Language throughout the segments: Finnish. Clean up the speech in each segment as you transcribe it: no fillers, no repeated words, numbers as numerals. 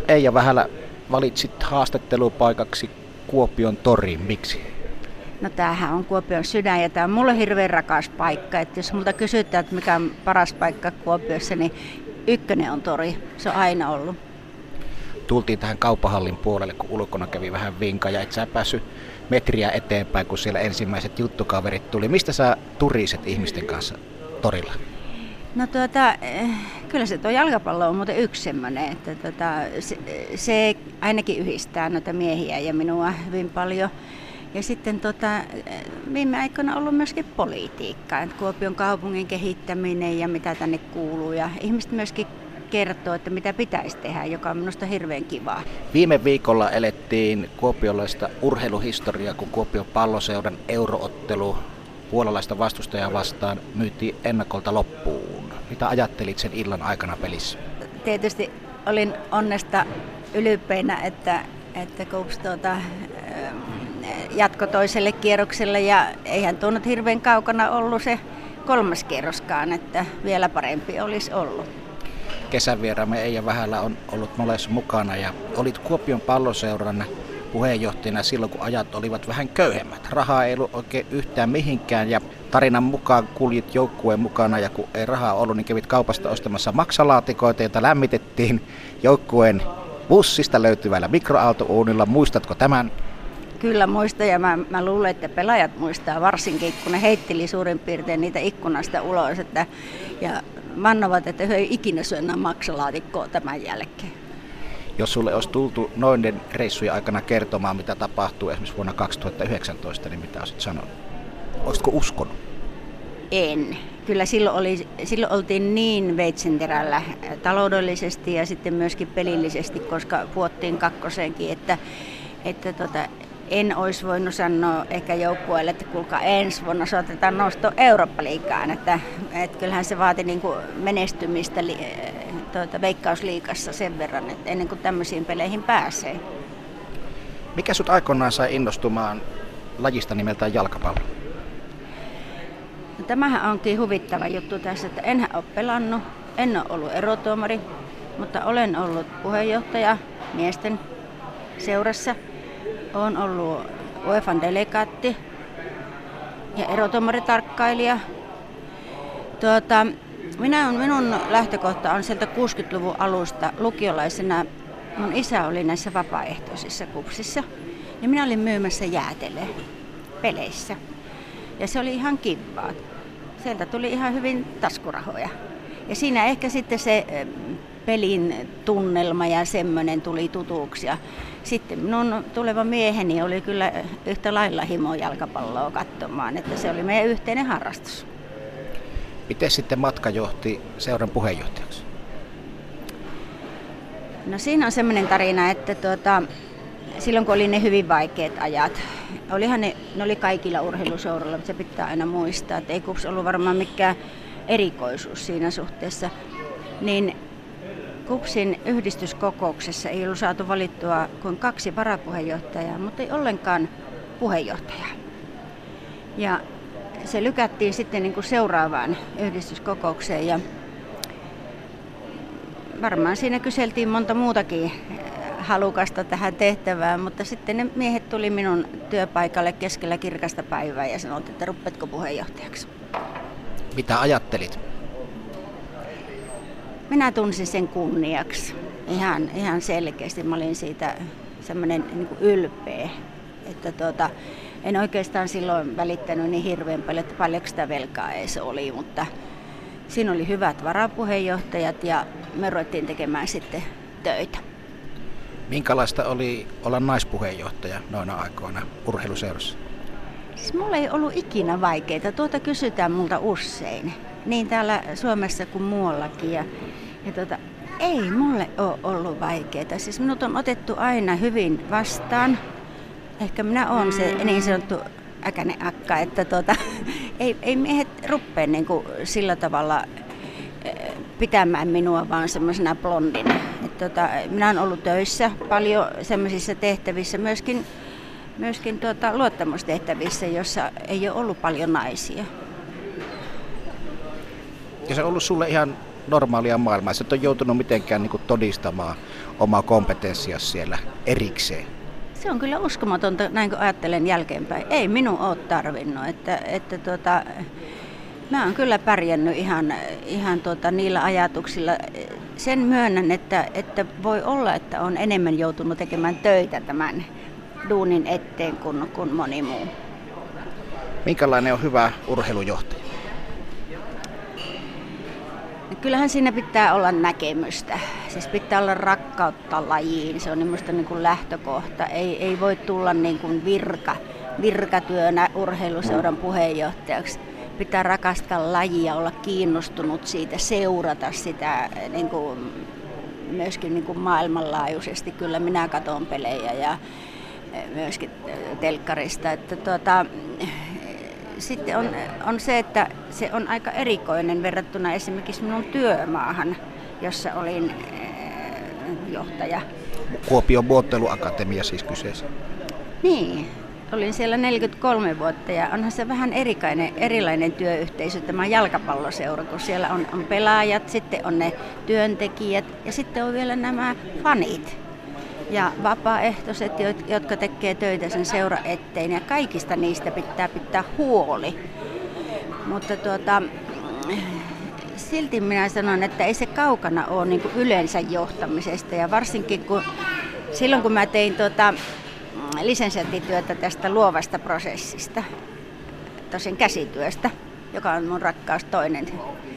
Eija Vähälä, valitsit haastattelupaikaksi Kuopion torin. Miksi? No tämähän on Kuopion sydän ja tämä on mulle hirveän rakas paikka. Että jos multa kysytään, että mikä on paras paikka Kuopiossa, niin ykkönen on tori. Se on aina ollut. Tultiin tähän kauppahallin puolelle, kun ulkona kävi vähän vinka ja et sä päässyt metriä eteenpäin, kun siellä ensimmäiset juttukaverit tuli. Mistä sä turiset ihmisten kanssa torilla? No kyllä se tuo jalkapallo on muuten yksi semmoinen, että se ainakin yhdistää noita miehiä ja minua hyvin paljon. Ja sitten viime aikoina on ollut myöskin politiikkaa, että Kuopion kaupungin kehittäminen ja mitä tänne kuuluu. Ja ihmiset myöskin kertoo, että mitä pitäisi tehdä, joka on minusta hirveän kivaa. Viime viikolla elettiin kuopiolaista urheiluhistoriaa, kun Kuopion Palloseuran euroottelu puolalaista vastustajaa vastaan myytiin ennakolta loppuun. Mitä ajattelit sen illan aikana pelissä? Tietysti olin onnesta ylpeänä, että KuPS jatko toiselle kierrokselle ja eihän tuo nyt hirveän kaukana ollut se kolmas kierroskaan, että vielä parempi olisi ollut. Kesänvieraamme Eija Vähälä on ollut molessa mukana ja olit Kuopion Palloseuran puheenjohtajana silloin, kun ajat olivat vähän köyhemmät. Rahaa ei ollut oikein yhtään mihinkään ja tarinan mukaan kuljit joukkueen mukana ja kun ei rahaa ollut, niin kävit kaupasta ostamassa maksalaatikoita, joita lämmitettiin joukkueen bussista löytyvällä mikroaaltouunilla. Muistatko tämän? Kyllä muistan ja mä luulen, että pelaajat muistaa varsinkin, kun ne heitteli suurin piirtein niitä ikkunasta ulos ja vannovat, että he ei ikinä syönnä maksalaatikkoa tämän jälkeen. Jos sulle olisi tultu noiden reissujen aikana kertomaan, mitä tapahtuu esimerkiksi vuonna 2019, niin mitä olisit sanonut? Olisitko uskonut? En. Kyllä silloin oltiin niin veitsenterällä taloudellisesti ja sitten myöskin pelillisesti, koska puottiin kakkoseenkin, että en olisi voinut sanoa ehkä joukkueelle, että kuulkaa ensi vuonna saatetaan nostaa Eurooppa-liigaan. Että kyllähän se vaati niin kuin menestymistä Veikkausliigassa sen verran, että ennen kuin tämmöisiin peleihin pääsee. Mikä sut aikoinaan sai innostumaan lajista nimeltään jalkapallo? No, tämähän onkin huvittava juttu tässä, että enhän ole pelannut, en ole ollut erotuomari, mutta olen ollut puheenjohtaja miesten seurassa. Olen ollut UEFAn delegaatti ja erotuomaritarkkailija. Minun lähtökohta on sieltä 60-luvun alusta lukiolaisena. Mun isä oli näissä vapaaehtoisissa KuPSissa ja minä olin myymässä jäätelöä peleissä. Ja se oli ihan kivaa. Sieltä tuli ihan hyvin taskurahoja. Ja siinä ehkä sitten se pelin tunnelma ja semmoinen tuli tutuksi. Ja sitten minun tuleva mieheni oli kyllä yhtä lailla himo jalkapalloa katsomaan, että se oli meidän yhteinen harrastus. Miten sitten matka johti seuran puheenjohtajaksi? No siinä on semmoinen tarina, että silloin kun oli ne hyvin vaikeat ajat, ne oli kaikilla urheiluseuroilla, mutta se pitää aina muistaa, että ei KuPS ollut varmaan mikään erikoisuus siinä suhteessa, niin KuPSin yhdistyskokouksessa ei ollut saatu valittua kuin 2 varapuheenjohtajaa, mutta ei ollenkaan puheenjohtajaa. Ja se lykättiin sitten niin kuin seuraavaan yhdistyskokoukseen ja varmaan siinä kyseltiin monta muutakin halukasta tähän tehtävään, mutta sitten ne miehet tuli minun työpaikalle keskellä kirkasta päivää ja sanoivat, että rupeatko puheenjohtajaksi. Mitä ajattelit? Minä tunsin sen kunniaksi ihan selkeästi. Mä olin siitä semmoinen niin kuin ylpeä, että en oikeastaan silloin välittänyt niin hirveän paljon, että paljonko sitä velkaa edes oli, mutta siinä oli hyvät varapuheenjohtajat ja me ruvettiin tekemään sitten töitä. Minkälaista oli olla naispuheenjohtaja noina aikoina urheiluseurassa? Siis mulla ei ollut ikinä vaikeaa. Kysytään multa usein, niin täällä Suomessa kuin muuallakin. Ja ei mulle ole ollut vaikeaa. Siis minut on otettu aina hyvin vastaan. Ehkä minä olen se niin sanottu äkäinen akka, että ei miehet ruppea niin kuin sillä tavalla pitämään minua vaan semmoisena blondina. Minä olen ollut töissä paljon semmoisissa tehtävissä, myöskin luottamustehtävissä, jossa ei ole ollut paljon naisia. Ja se on ollut sulle ihan normaalia maailmaa. Sä et ole joutunut mitenkään niin kuin todistamaan omaa kompetenssia siellä erikseen. Se on kyllä uskomatonta, näin kun ajattelen jälkeenpäin. Ei minun ole tarvinnut. Mä oon kyllä pärjännyt ihan niillä ajatuksilla. Sen myönnän, että voi olla, että on enemmän joutunut tekemään töitä tämän duunin eteen kuin moni muu. Minkälainen on hyvä urheilujohtaja? Kyllähän siinä pitää olla näkemystä. Siis pitää olla rakkautta lajiin. Se on minusta niin kuin lähtökohta. Ei voi tulla niin kuin virkatyönä urheiluseuran puheenjohtajaksi. Pitää rakastaa lajia, olla kiinnostunut siitä, seurata sitä niin kuin, myöskin niin kuin maailmanlaajuisesti. Kyllä minä katson pelejä ja myöskin telkkarista. Sitten on se, että se on aika erikoinen verrattuna esimerkiksi minun työmaahan, jossa olin johtaja. Kuopion Muotoiluakatemia siis kyseessä. Niin, olin siellä 43 vuotta ja onhan se vähän erilainen työyhteisö, tämä jalkapalloseura, kun siellä on pelaajat, sitten on ne työntekijät ja sitten on vielä nämä fanit. Ja vapaaehtoiset, jotka tekee töitä sen seura eteen, ja kaikista niistä pitää huoli. Mutta silti minä sanon, että ei se kaukana ole niin kuin yleensä johtamisesta. Ja varsinkin silloin kun mä tein lisensiaattityötä tästä luovasta prosessista, tosin käsityöstä, joka on mun rakkaus toinen,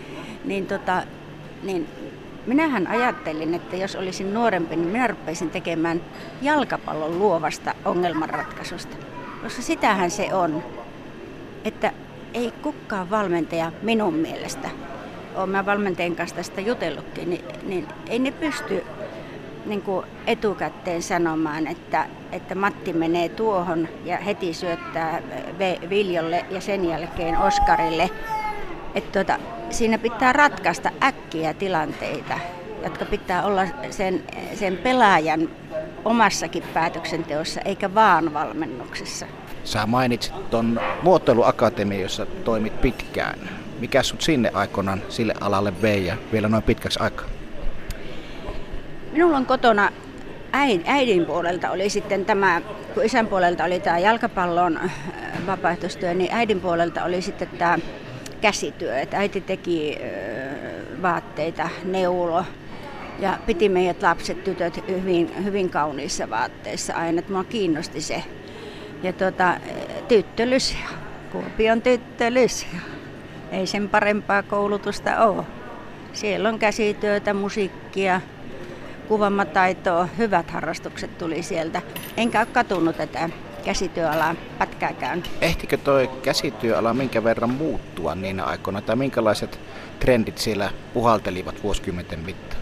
niin minähän ajattelin, että jos olisin nuorempi, niin minä rupeaisin tekemään jalkapallon luovasta ongelmanratkaisusta. Koska sitähän se on, että ei kukaan valmentaja minun mielestä, olen mä valmentajien kanssa tästä jutellutkin, niin ei ne pysty niin kuin etukäteen sanomaan, että Matti menee tuohon ja heti syöttää Viljolle ja sen jälkeen Oskarille. Että siinä pitää ratkaista äkkiä tilanteita, jotka pitää olla sen pelaajan omassakin päätöksenteossa, eikä vaan valmennuksessa. Sä mainitsit tuon Muotoiluakatemia, jossa toimit pitkään. Mikä sut sinne aikoinaan sille alalle vei ja vielä noin pitkäksi aikaa? Minulla on kotona äidin puolelta oli sitten tämä, kun isän puolelta oli tämä jalkapallon vapaaehtoistyö, niin äidin puolelta oli sitten tämä käsityö. Että äiti teki vaatteita, neulo ja piti meidät lapset, tytöt hyvin kauniissa vaatteissa aina, että minua kiinnosti se. Ja tyttölys, Kuopion tyttölys, ei sen parempaa koulutusta ole. Siellä on käsityötä, musiikkia, kuvamataitoa, hyvät harrastukset tuli sieltä. Enkä ole katunut tätä käsityöalaa pätkääkään. Ehtikö toi käsityöala minkä verran muuttua niinä aikoina, tai minkälaiset trendit siellä puhaltelivat vuosikymmenten mittaan?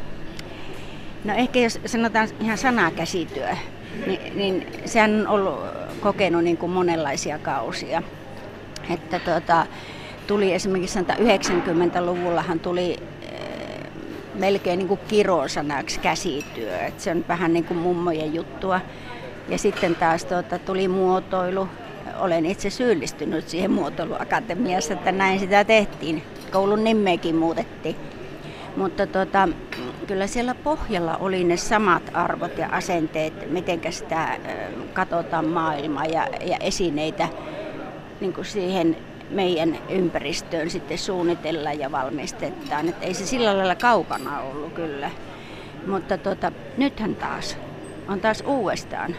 No ehkä jos sanotaan ihan sanaa käsityö, niin sehän on ollut kokenut niin kuin monenlaisia kausia. Että tuli esimerkiksi 90-luvullahan tuli melkein niin kuin kirosanaksi käsityö, että se on vähän niin kuin mummojen juttua. Ja sitten taas tuli muotoilu. Olen itse syyllistynyt siihen Muotoiluakatemiassa, että näin sitä tehtiin. Koulun nimeäkin muutettiin. Mutta kyllä siellä pohjalla oli ne samat arvot ja asenteet, miten sitä katsotaan maailmaa ja esineitä niin kuin siihen meidän ympäristöön sitten suunnitellaan ja valmistetaan. Et ei se sillä lailla kaukana ollut kyllä. Mutta nythän on taas uudestaan.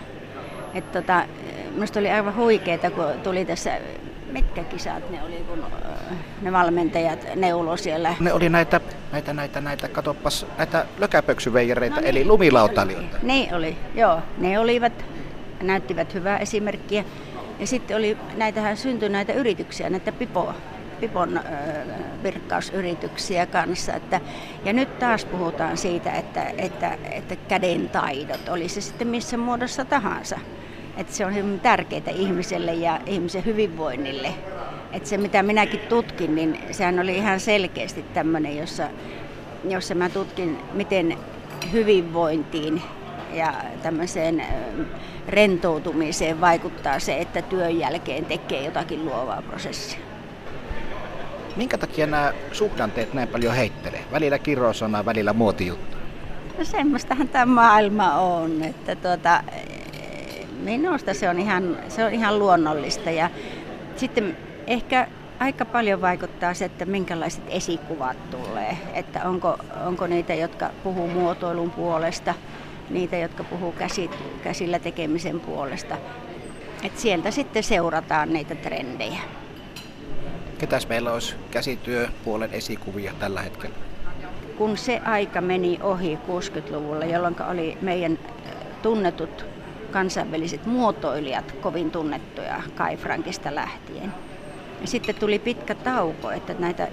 Minusta oli aivan huikeeta, kun tuli tässä, mitkä kisat ne oli, kun ne valmentajat neuloi siellä. Ne oli näitä katoppas, näitä lökäpöksyveijareita, no, eli lumilautailijoita. Niin oli, joo. Ne olivat, näyttivät hyvää esimerkkiä. Ja sitten näitähän syntyi näitä yrityksiä, näitä Pipon virkkausyrityksiä kanssa. Ja nyt taas puhutaan siitä, että käden taidot, oli se sitten missä muodossa tahansa. Että se on hyvin tärkeää ihmiselle ja ihmisen hyvinvoinnille. Että se mitä minäkin tutkin, niin sehän oli ihan selkeästi tämmöinen, jossa mä tutkin, miten hyvinvointiin ja tämmöiseen rentoutumiseen vaikuttaa se, että työn jälkeen tekee jotakin luovaa prosessia. Minkä takia nämä suhdanteet näin paljon heittelee? Välillä kirosana, välillä muotijuttu. No semmoistahan tämä maailma on, että minusta se on ihan luonnollista ja sitten ehkä aika paljon vaikuttaa se, että minkälaiset esikuvat tulee, että onko niitä, jotka puhuu muotoilun puolesta, niitä, jotka puhuu käsillä tekemisen puolesta, että sieltä sitten seurataan niitä trendejä. Ketäs meillä olisi käsityöpuolen esikuvia tällä hetkellä? Kun se aika meni ohi 60-luvulla, jolloin oli meidän tunnetut kansainväliset muotoilijat kovin tunnettuja Kai Frankista lähtien. Ja sitten tuli pitkä tauko, että näitä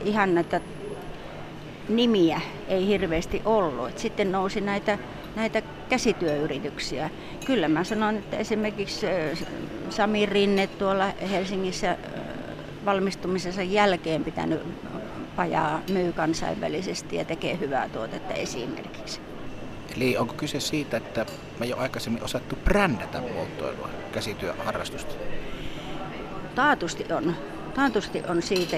nimiä ei hirveästi ollut. Et sitten nousi näitä käsityöyrityksiä. Kyllä mä sanon, että esimerkiksi Sami Rinne tuolla Helsingissä valmistumisensa jälkeen pitänyt pajaa myy kansainvälisesti ja tekee hyvää tuotetta esimerkiksi. Eli onko kyse siitä, että me jo aikaisemmin osattu brändätä muotoilua, käsityöharrastusta? Taatusti on siitä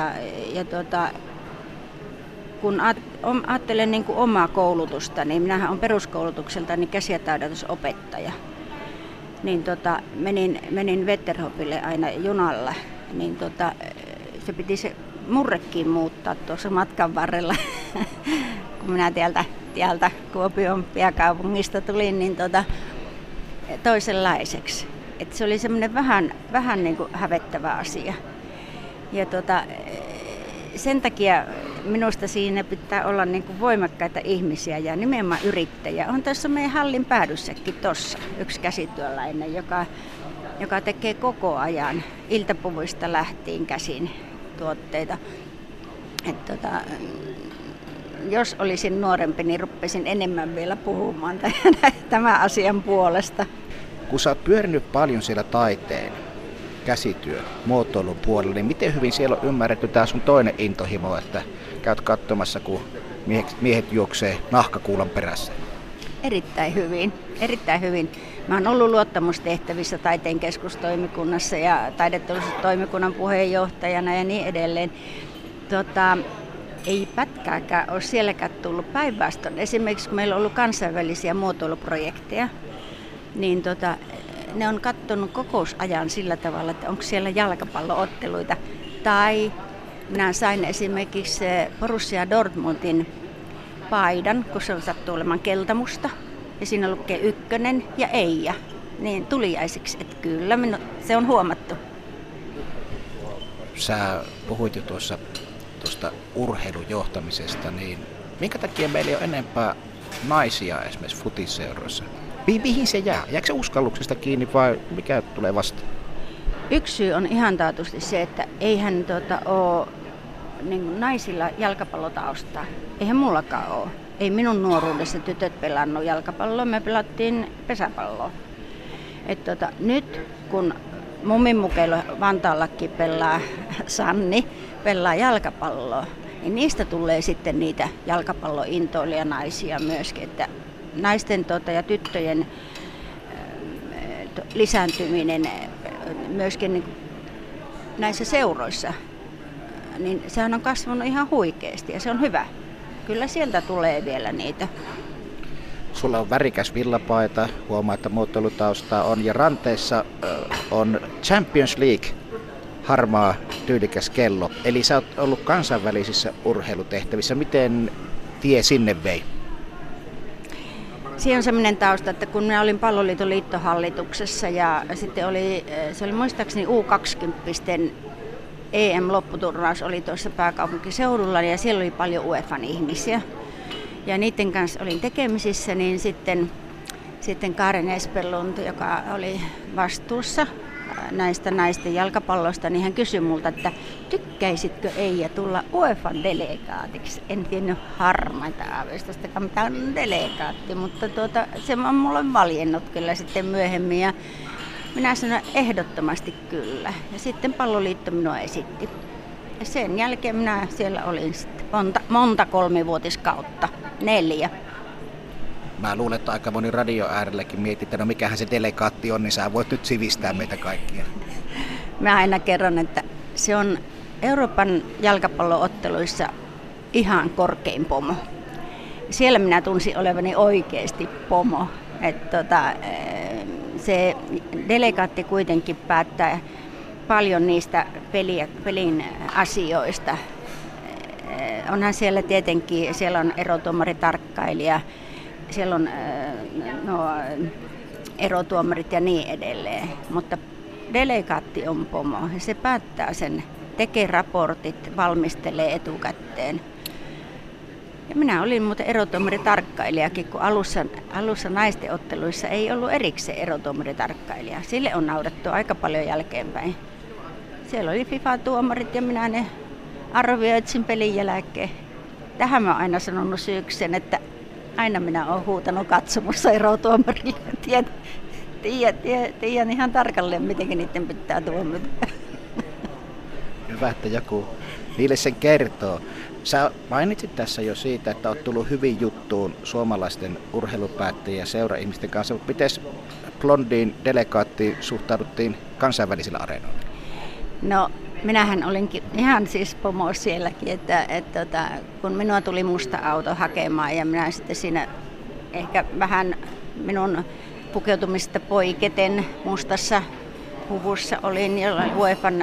kun ajattelen niin kuin omaa koulutusta, niin minähän olen peruskoulutukseltani käsi- ja taidotusopettaja. Niin menin Wetterhopille aina junalla, niin se piti se murrekin muuttaa tuossa matkan varrella, kun minä täältä Kuopion pääkaupungista tulin, niin toisenlaiseksi. Et se oli semmoinen vähän niin kuin hävettävä asia. Ja sen takia minusta siinä pitää olla niin kuin voimakkaita ihmisiä ja nimenomaan yrittäjiä. On tässä meidän hallin päädyssäkin tuossa yksi käsityöläinen, joka tekee koko ajan iltapuvuista lähtien käsin tuotteita. Jos olisin nuorempi, niin ruppesin enemmän vielä puhumaan tämän asian puolesta. Kun sä oot pyörinyt paljon siellä taiteen, käsityön, muotoilun puolella, niin miten hyvin siellä on ymmärretty tämä sun toinen intohimo, että käyt katsomassa, kun miehet juoksee nahkakuulan perässä? Erittäin hyvin. Mä oon ollut luottamustehtävissä taiteen keskustoimikunnassa ja taideteollisuustoimikunnan puheenjohtajana ja niin edelleen. Ei pätkääkään ole sielläkään tullut päinvastoin. Esimerkiksi kun meillä on ollut kansainvälisiä muotoiluprojekteja, niin ne on katsonut kokousajan sillä tavalla, että onko siellä jalkapallootteluita. Tai minä sain esimerkiksi Borussia Dortmundin paidan, kun se sattuu olemaan keltamusta. Ja siinä lukee 1 ja Eija. Niin tuliaisiksi, että kyllä, se on huomattu. Sä puhuit jo tuosta urheilujohtamisesta, niin minkä takia meillä ei ole enempää naisia esimerkiksi futisseuroissa? Mihin se jää? Jääkö se uskalluksesta kiinni vai mikä tulee vastaan? Yksi syy on ihan taatusti se, että eihän ole niin naisilla jalkapallotaustaa. Eihän mullakaan ole. Ei minun nuoruudessa tytöt pelannut jalkapalloa, me pelattiin pesäpalloa. Nyt kun mumminmukeilla Vantaallakin pelaa Sanni, pelaa jalkapalloa, niin niistä tulee sitten niitä jalkapallointoilija naisia myöskin. Että naisten ja tyttöjen lisääntyminen myöskin niin näissä seuroissa, niin sehän on kasvanut ihan huikeasti ja se on hyvä. Kyllä sieltä tulee vielä niitä. Sulla on värikäs villapaita, huomaa, että muotoilutaustaa on, ja ranteessa on Champions League, harmaa tyylikäs kello. Eli sä oot ollut kansainvälisissä urheilutehtävissä. Miten tie sinne vei? Siinä on sellainen tausta, että kun minä olin Palloliiton liittohallituksessa ja sitten se oli muistaakseni U20 EM-lopputurnaus oli tuossa pääkaupunkiseudulla ja siellä oli paljon UEFAn ihmisiä. Ja niiden kanssa olin tekemisissä, niin sitten Karen Esperlund, joka oli vastuussa näistä naisten jalkapallosta, niin hän kysyi multa, että tykkäisitkö Eija tulla UEFAn delegaatiksi? En tiennyt harmaita aavistustakaan, mitä on delegaatti, mutta se on mulle valjennut kyllä sitten myöhemmin. Ja minä sanoin ehdottomasti kyllä. Ja sitten Palloliitto minua esitti. Ja sen jälkeen minä siellä olin sitten monta 3-vuotiskautta, 4. Mä luulen, että aika moni radio äärelläkin mietit, että no mikähän se delegaatti on, niin sä voit nyt sivistää meitä kaikkia. Mä aina kerron, että se on Euroopan jalkapallootteluissa ihan korkein pomo. Siellä minä tunsin olevani oikeasti pomo. Se delegaatti kuitenkin päättää paljon niistä pelin asioista. Onhan siellä tietenkin, siellä on erotuomaritarkkailija, siellä on erotuomarit ja niin edelleen, mutta delegaatti on pomo ja se päättää sen, tekee raportit, valmistelee etukäteen. Ja minä olin muuten erotuomaritarkkailijakin, kun alussa naisten otteluissa ei ollut erikseen erotuomaritarkkailija. Sille on naurettu aika paljon jälkeenpäin. Siellä oli FIFA-tuomarit ja minä ne arvioitsin pelin jälkeen. Tähän mä oon aina sanonut syyksen, että aina minä oon huutanut katsomussa erotuomarille. Tiedän ihan tarkalleen, miten niiden pitää tuomita. Hyvä, että joku niille sen kertoo. Sä mainitsit tässä jo siitä, että olet tullut hyvin juttuun suomalaisten urheilupäättäjien ja seura-ihmisten kanssa, mutta miten blondiin delegaattiin suhtauduttiin kansainvälisillä areenoilla? No, minähän olinkin ihan siis pomo sielläkin, että kun minua tuli musta auto hakemaan ja minä sitten siinä ehkä vähän minun pukeutumista poiketen mustassa huvussa olin jollain UEFan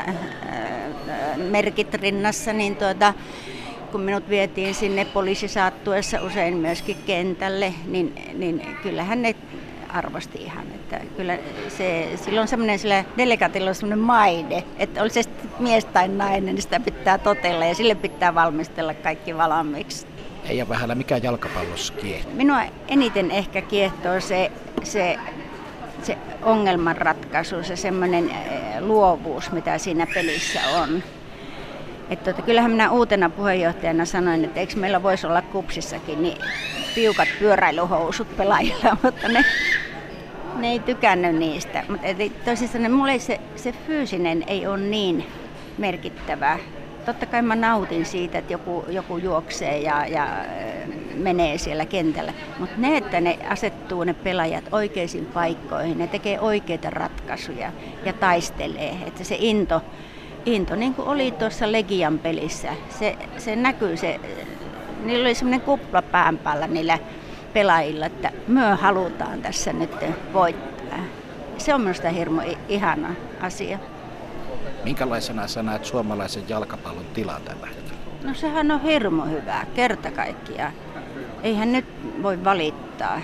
merkit rinnassa, niin kun minut vietiin sinne poliisisaattuessa usein myöskin kentälle, niin kyllähän ne arvosti ihan. Että kyllä silloin semmoinen sillä delegaatilla on semmoinen maine, että oli se mies tai nainen, niin sitä pitää totella ja sille pitää valmistella kaikki valmiiksi. Eija Vähälä, mikä jalkapallossa kiehtoo? Minua eniten ehkä kiehtoo se ongelmanratkaisu, se semmoinen luovuus, mitä siinä pelissä on. Kyllähän minä uutena puheenjohtajana sanoin, että eikö meillä voisi olla KuPSissakin niin piukat pyöräilyhousut pelaajilla, mutta ne ei tykännyt niistä. Mutta tosissaan mulle se fyysinen ei ole niin merkittävää. Totta kai mä nautin siitä, että joku juoksee ja menee siellä kentällä, mutta että ne asettuu ne pelaajat oikeisiin paikkoihin, ne tekee oikeita ratkaisuja ja taistelee, että se into niin kuin oli tuossa Legian pelissä, se näkyy, niillä oli semmoinen kupla pään päällä niillä pelaajilla, että me halutaan tässä nyt voittaa. Se on minusta hirmu ihana asia. Minkälaisena sä näet suomalaisen jalkapallon tilaa tällä hetkellä? No sehän on hirmu hyvää, kerta kaikkiaan. Eihän nyt voi valittaa.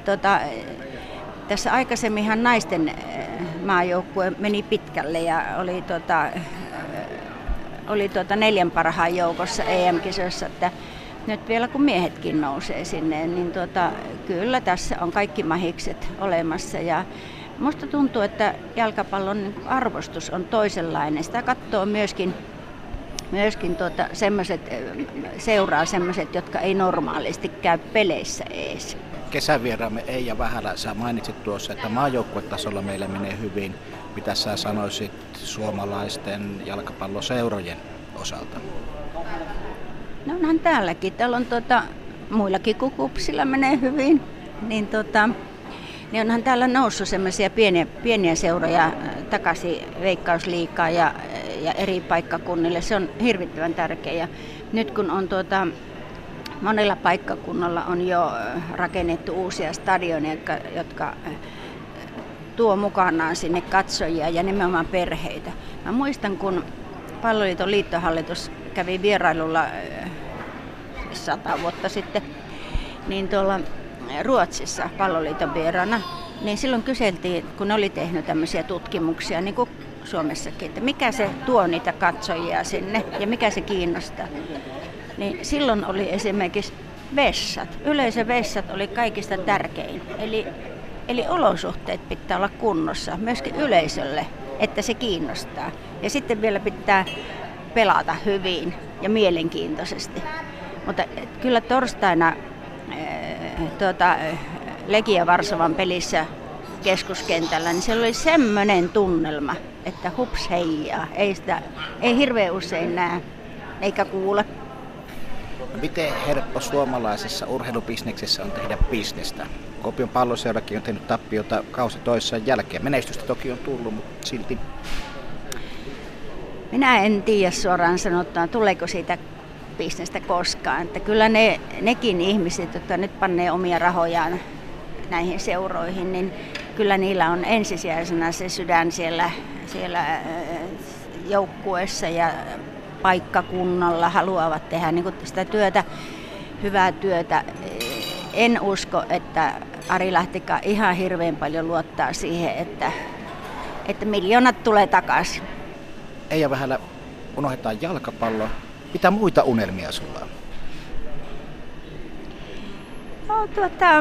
Tässä aikaisemminhan naisten maajoukkue meni pitkälle ja oli 4 parhaan joukossa EM-kisoissa, että nyt vielä kun miehetkin nousee sinne, niin kyllä tässä on kaikki mahikset olemassa. Ja musta tuntuu, että jalkapallon arvostus on toisenlainen. Sitä katsoo myöskin seuraa semmoiset, jotka ei normaalisti käy peleissä ees. Kesävieraamme Eija Vähälä, sä mainitsit tuossa, että maajoukkuetasolla meillä menee hyvin. Mitä sä sanoisit suomalaisten jalkapalloseurojen osalta? No onhan täälläkin. Täällä on muillakin kuin KuPSilla menee hyvin. Niin onhan täällä noussut semmoisia pieniä seuroja takaisin Veikkausliigaan ja eri paikkakunnille. Se on hirvittävän tärkeä. Ja nyt kun on monella paikkakunnalla on jo rakennettu uusia stadioneja, jotka tuo mukanaan sinne katsojia ja nimenomaan perheitä. Mä muistan, kun Palloliiton liittohallitus kävi vierailulla 100 vuotta sitten, niin tuolla Ruotsissa Palloliiton vieraana, niin silloin kyseltiin, kun oli tehnyt tämmöisiä tutkimuksia, niin kuin Suomessakin, että mikä se tuo niitä katsojia sinne ja mikä se kiinnostaa. Niin silloin oli esimerkiksi vessat. Yleisövessat oli kaikista tärkein. Eli olosuhteet pitää olla kunnossa myöskin yleisölle, että se kiinnostaa. Ja sitten vielä pitää pelata hyvin ja mielenkiintoisesti. Mutta kyllä torstaina Legia Varsovan pelissä keskuskentällä, niin siellä oli semmoinen tunnelma, että hups heijaa. Ei hirveän usein näe eikä kuule. Miten helppo suomalaisessa urheilubisneksessä on tehdä bisnestä? Kuopion Palloseurakin on tehnyt tappiota kausi toisessa jälkeen. Menestystä toki on tullut, mutta silti. Minä en tiedä suoraan sanottuna, tuleeko siitä bisnestä koskaan. Että kyllä nekin ihmiset, jotka nyt panee omia rahojaan näihin seuroihin, niin kyllä niillä on ensisijaisena se sydän siellä joukkueessa ja paikkakunnalla, haluavat tehdä niin kuin sitä työtä, hyvää työtä. En usko, että Ari Lahtika ihan hirveän paljon luottaa siihen, että miljoonat tulee takaisin. Eija Vähälä, unohdetaan jalkapallo. Mitä muita unelmia sulla on? No,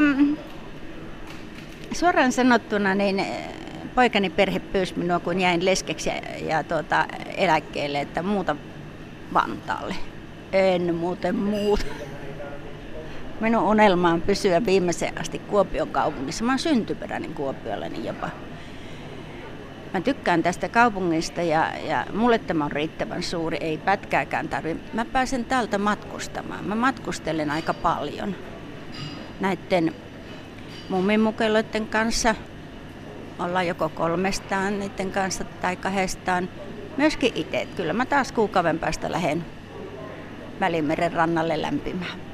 suoraan sanottuna niin poikani perhe pyysi minua, kun jäin leskeksi ja eläkkeelle, että muuta Vantaalle. En muuten muuta. Minun unelma on pysyä viimeiseen asti Kuopion kaupungissa. Mä oon syntyperäinen kuopiolainen jopa. Mä tykkään tästä kaupungista ja mulle tämä on riittävän suuri, ei pätkääkään tarvitse. Mä pääsen täältä matkustamaan. Mä matkustelen aika paljon näiden mummimukeloiden kanssa. Ollaan joko 3 niiden kanssa tai 2. Myöskin itse. Kyllä mä taas kuukauden päästä lähden Välimeren rannalle lämpimään.